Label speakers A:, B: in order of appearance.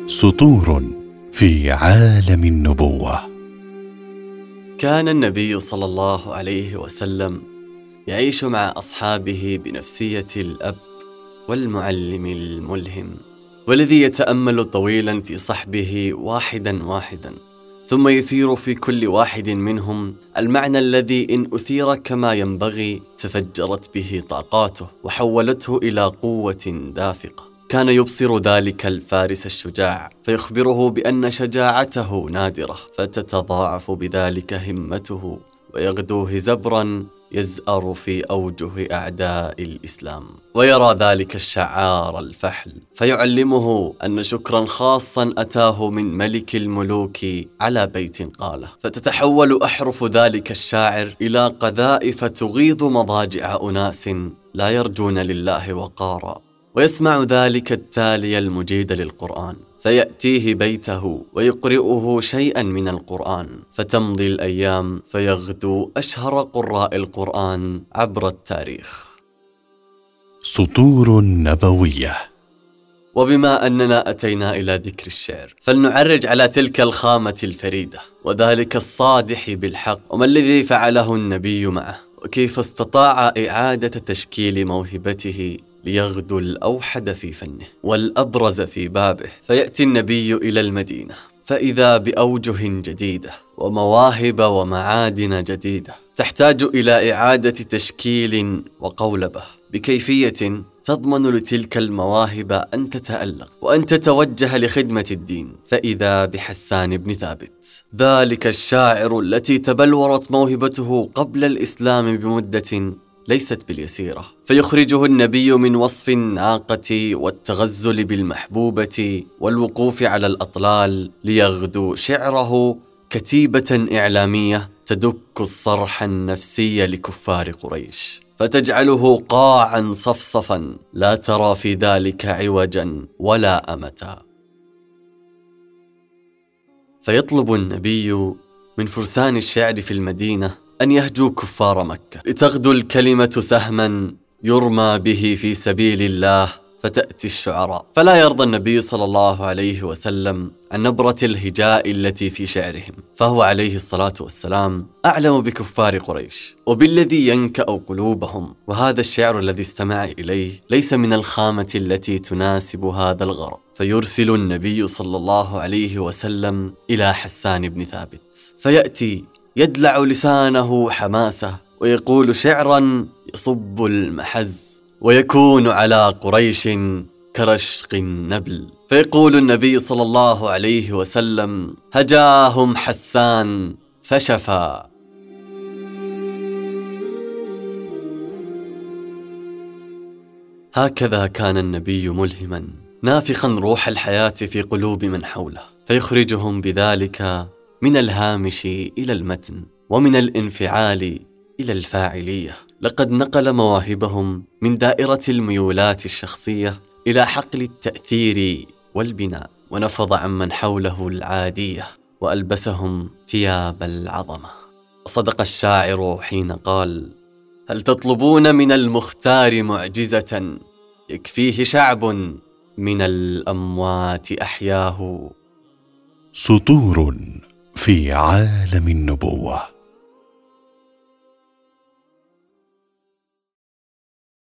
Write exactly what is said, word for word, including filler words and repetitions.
A: سطور في عالم النبوة.
B: كان النبي صلى الله عليه وسلم يعيش مع أصحابه بنفسية الأب والمعلم الملهم، والذي يتأمل طويلا في صحبه واحدا واحدا، ثم يثير في كل واحد منهم المعنى الذي إن أثير كما ينبغي تفجرت به طاقاته وحولته إلى قوة دافقة. كان يبصر ذلك الفارس الشجاع فيخبره بأن شجاعته نادرة، فتتضاعف بذلك همته ويغدو هزبرا يزأر في أوجه أعداء الإسلام. ويرى ذلك الشعار الفحل فيعلمه أن شكرا خاصا أتاه من ملك الملوك على بيت قاله، فتتحول أحرف ذلك الشاعر إلى قذائف تغيظ مضاجع أناس لا يرجون لله وقارا. ويسمع ذلك التالي المجيد للقرآن فيأتيه بيته ويقرئه شيئا من القرآن، فتمضي الأيام فيغدو أشهر قراء القرآن عبر التاريخ.
A: سطور نبوية.
B: وبما أننا أتينا إلى ذكر الشعر فلنعرج على تلك الخامة الفريدة وذلك الصادح بالحق، وما الذي فعله النبي معه، وكيف استطاع إعادة تشكيل موهبته ليغدو الأوحد في فنه والأبرز في بابه. فيأتي النبي إلى المدينة فإذا بأوجه جديدة ومواهب ومعادن جديدة تحتاج إلى إعادة تشكيل وقولبة بكيفية تضمن لتلك المواهب أن تتألق وأن تتوجه لخدمة الدين. فإذا بحسان بن ثابت، ذلك الشاعر التي تبلورت موهبته قبل الإسلام بمدة ليست باليسيرة، فيخرجه النبي من وصف الناقة والتغزل بالمحبوبة والوقوف على الأطلال ليغدو شعره كتيبة إعلامية تدك الصرح النفسي لكفار قريش، فتجعله قاعا صفصفا لا ترى في ذلك عوجا ولا أمتا. فيطلب النبي من فرسان الشعر في المدينة أن يهجوا كفار مكة لتغدو الكلمة سهما يرمى به في سبيل الله، فتأتي الشعراء فلا يرضى النبي صلى الله عليه وسلم عن نبرة الهجاء التي في شعرهم، فهو عليه الصلاة والسلام أعلم بكفار قريش وبالذي ينكأ قلوبهم، وهذا الشعر الذي استمع إليه ليس من الخامة التي تناسب هذا الغرض. فيرسل النبي صلى الله عليه وسلم إلى حسان بن ثابت فيأتي يدلع لسانه حماسة ويقول شعرا يصب المحز ويكون على قريش كرشق النبل. فيقول النبي صلى الله عليه وسلم: هجاهم حسان فشفى. هكذا كان النبي ملهما نافخا روح الحياة في قلوب من حوله، فيخرجهم بذلك من الهامش إلى المتن ومن الانفعال إلى الفاعلية. لقد نقل مواهبهم من دائرة الميولات الشخصية إلى حقل التأثير والبناء، ونفض عمن حوله العادية وألبسهم ثياب العظمة. صدق الشاعر حين قال: هل تطلبون من المختار معجزة يكفيه شعب من الأموات أحياه.
A: سطور في عالم النبوة.